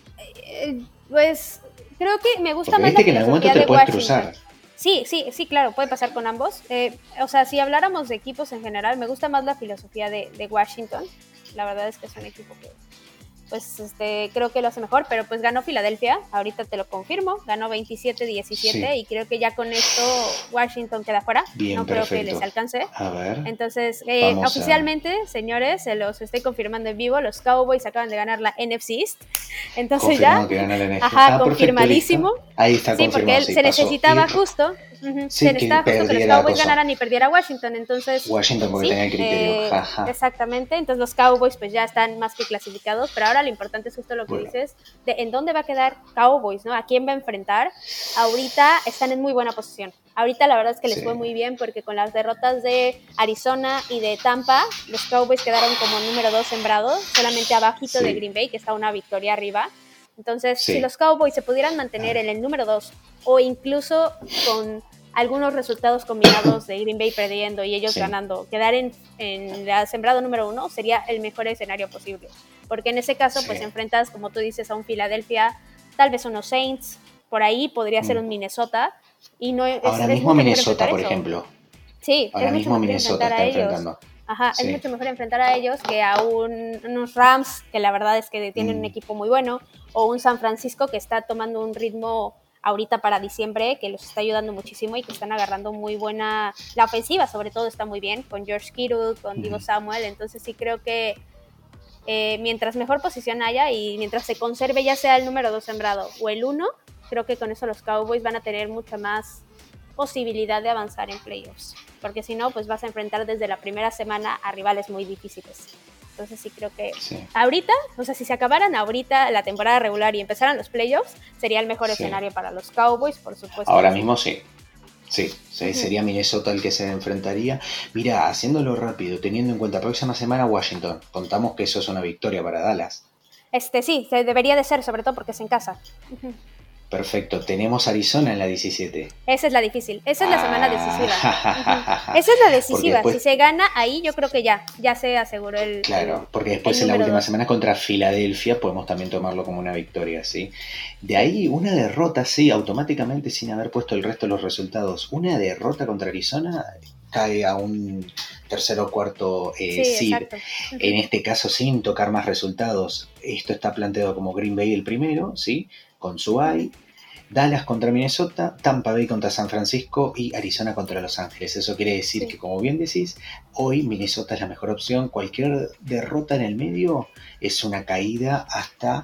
Pues creo que me gusta Porque más la viste que en algún momento filosofía te de puedes Washington. cruzar. Sí, claro, puede pasar con ambos. O sea, si habláramos de equipos en general, me gusta más la filosofía de Washington. La verdad es que es un equipo que pues creo que lo hace mejor, pero pues ganó Filadelfia, ahorita te lo confirmo, ganó 27-17 Sí, y creo que ya con esto Washington queda fuera, bien, no creo que les perfecto. alcance. A ver, Entonces, vamos a... oficialmente, señores, se los estoy confirmando en vivo, los Cowboys acaban de ganar la NFC East, entonces ya, Confirmado que gana la NFC. ajá, Ah, perfecto, listo. confirmadísimo. Ahí está Sí, porque confirmado, él sí, se pasó. Y necesitaba justo, se sí, que necesitaba justo que los perdiera Cowboys cosa. ganaran y perdiera Washington, entonces Washington porque sí, tenía el criterio, jaja. exactamente, entonces los Cowboys pues ya están más que clasificados, pero ahora lo importante es justo lo que Bueno, dices, de en dónde va a quedar Cowboys, ¿no? ¿A quién va a enfrentar? Ahorita están en muy buena posición. Ahorita la verdad es que les sí, fue muy bien porque con las derrotas de Arizona y de Tampa, los Cowboys quedaron como número 2 sembrados, solamente abajito de sí, Green Bay, que está una victoria arriba. Entonces, si sí. los Cowboys se pudieran A mantener ver, en el número 2 o incluso con algunos resultados combinados de Green Bay perdiendo y ellos sí, ganando, quedar en la sembrado número 1 sería el mejor escenario posible. Porque en ese caso, sí. pues enfrentas, como tú dices, a un Philadelphia, tal vez unos Saints, por ahí podría ser Mm. un Minnesota, y no Ahora es mismo mucho mejor Minnesota, enfrentar por eso. ejemplo. Sí, es Ahora mucho mismo mejor Minnesota enfrentar está a ellos. enfrentando. Ajá, es Sí. mucho mejor enfrentar a ellos que a unos Rams, que la verdad es que tienen un Mm, equipo muy bueno, o un San Francisco que está tomando un ritmo ahorita para diciembre, que los está ayudando muchísimo y que están agarrando muy buena, la ofensiva sobre todo está muy bien, con George Kittle, con Divo mm. Samuel, entonces sí creo que mientras mejor posición haya y mientras se conserve ya sea el número 2 sembrado o el 1, creo que con eso los Cowboys van a tener mucha más posibilidad de avanzar en playoffs, porque si no, pues vas a enfrentar desde la primera semana a rivales muy difíciles. Entonces sí creo que Sí, ahorita, o sea, si se acabaran ahorita la temporada regular y empezaran los playoffs, sería el mejor sí. escenario para los Cowboys, por supuesto que Ahora sí. mismo sí. Sí, sí, Ujú. sería Minnesota el que se enfrentaría. Mira, haciéndolo rápido, teniendo en cuenta próxima semana Washington, contamos que eso es una victoria para Dallas. Sí, se debería de ser, sobre todo porque es en casa. Ujú. Perfecto, tenemos Arizona en la 17. Esa es la difícil, esa es la semana decisiva. Ujú. Ah, Esa es la porque decisiva, si después, se gana ahí yo creo que ya se aseguró claro, porque el después en la número última 2. semana contra Filadelfia podemos también tomarlo como una victoria, ¿sí? De Sí, ahí una derrota, sí, automáticamente sin haber puesto el resto de los resultados. Una derrota contra Arizona cae a un tercer o cuarto sí, seed. exacto. En Ujú. este caso, sin tocar más resultados. Esto está planteado como Green Bay el primero, ¿sí? Con su Ujú. bye. Dallas contra Minnesota, Tampa Bay contra San Francisco y Arizona contra Los Ángeles. Eso quiere decir Sí. que, como bien decís, hoy Minnesota es la mejor opción. Cualquier derrota en el medio es una caída hasta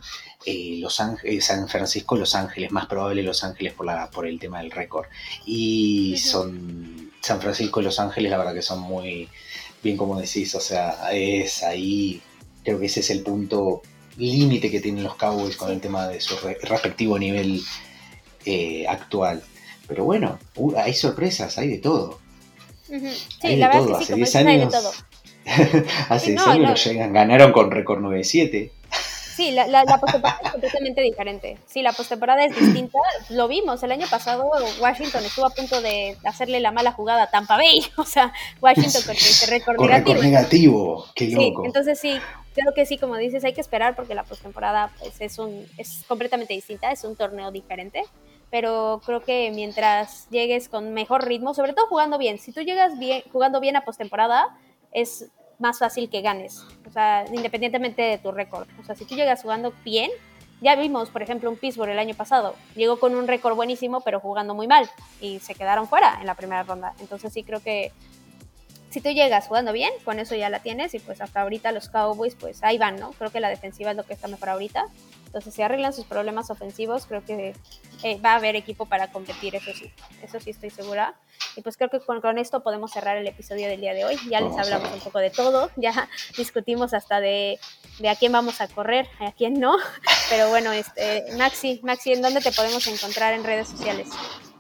San Francisco, Los Ángeles. Más probable Los Ángeles por el tema del récord. Y Ujú. son San Francisco y Los Ángeles, la verdad que son muy bien, como decís. O sea, es ahí, creo que ese es el punto límite que tienen los Cowboys con el Sí. tema de su respectivo nivel actual. Pero bueno, hay sorpresas, hay de todo. Ujú. Hay Sí, de la verdad es que todo. sí, Hace como 10 dices, hay de todo. años, Sí, hace 10 no, años no, los Giants ganaron con récord 9-7. sí, la postemporada es completamente diferente. Sí, la postemporada es distinta. Lo vimos el año pasado, Washington estuvo a punto de hacerle la mala jugada a Tampa Bay, o sea, Washington con ese récord Con récord negativo. Entonces, negativo. Qué sí, loco. entonces sí, creo que sí, como dices, hay que esperar porque la postemporada pues, es completamente distinta, es un torneo diferente. Pero creo que mientras llegues con mejor ritmo, sobre todo jugando bien, si tú llegas bien, jugando bien a postemporada, es más fácil que ganes, o sea, independientemente de tu récord. O sea, si tú llegas jugando bien, ya vimos, por ejemplo, un Pittsburgh el año pasado, llegó con un récord buenísimo, pero jugando muy mal, y se quedaron fuera en la primera ronda. Entonces sí creo que si tú llegas jugando bien, con eso ya la tienes y pues hasta ahorita los Cowboys pues ahí van, ¿no? Creo que la defensiva es lo que está mejor ahorita. Entonces si arreglan sus problemas ofensivos, creo que va a haber equipo para competir, eso sí estoy segura. Y pues creo que con esto podemos cerrar el episodio del día de hoy. Ya les Vamos a hablamos cerrar. un poco de todo, ya discutimos hasta de a quién vamos a correr, a quién no. Pero bueno, Maxi, ¿en dónde te podemos encontrar en redes sociales?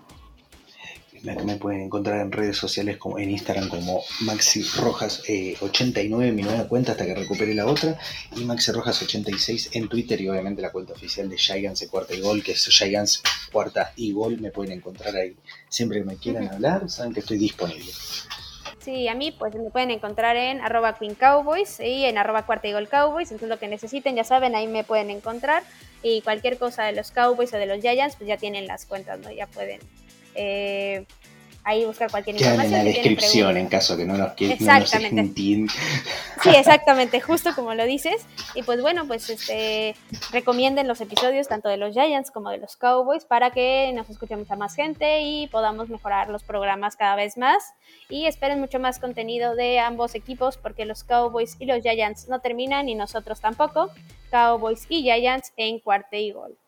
Me pueden encontrar en redes sociales como en Instagram como Maxi Rojas 89, mi nueva cuenta hasta que recupere la otra, y Maxi Rojas 86 en Twitter, y obviamente la cuenta oficial de Giants de Cuarta y Gol, que es Giants Cuarta y Gol. Me pueden encontrar ahí siempre que me quieran hablar, saben que estoy disponible. Sí, a mí pues me pueden encontrar en @QueenCowboys y en @Cuarta y Gol Cowboys, entonces lo que necesiten ya saben, ahí me pueden encontrar y cualquier cosa de los Cowboys o de los Giants pues ya tienen las cuentas, ¿no? Ya pueden eh, ahí buscar cualquier Quedan en información la si tienen descripción en preguntas. caso que no nos Exactamente. entiendan. Sí, exactamente, justo como lo dices. Y pues bueno, pues recomienden los episodios tanto de los Giants como de los Cowboys para que nos escuche mucha más gente y podamos mejorar los programas cada vez más. Y esperen mucho más contenido de ambos equipos porque los Cowboys y los Giants no terminan y nosotros tampoco. Cowboys y Giants en Cuarta y Gol.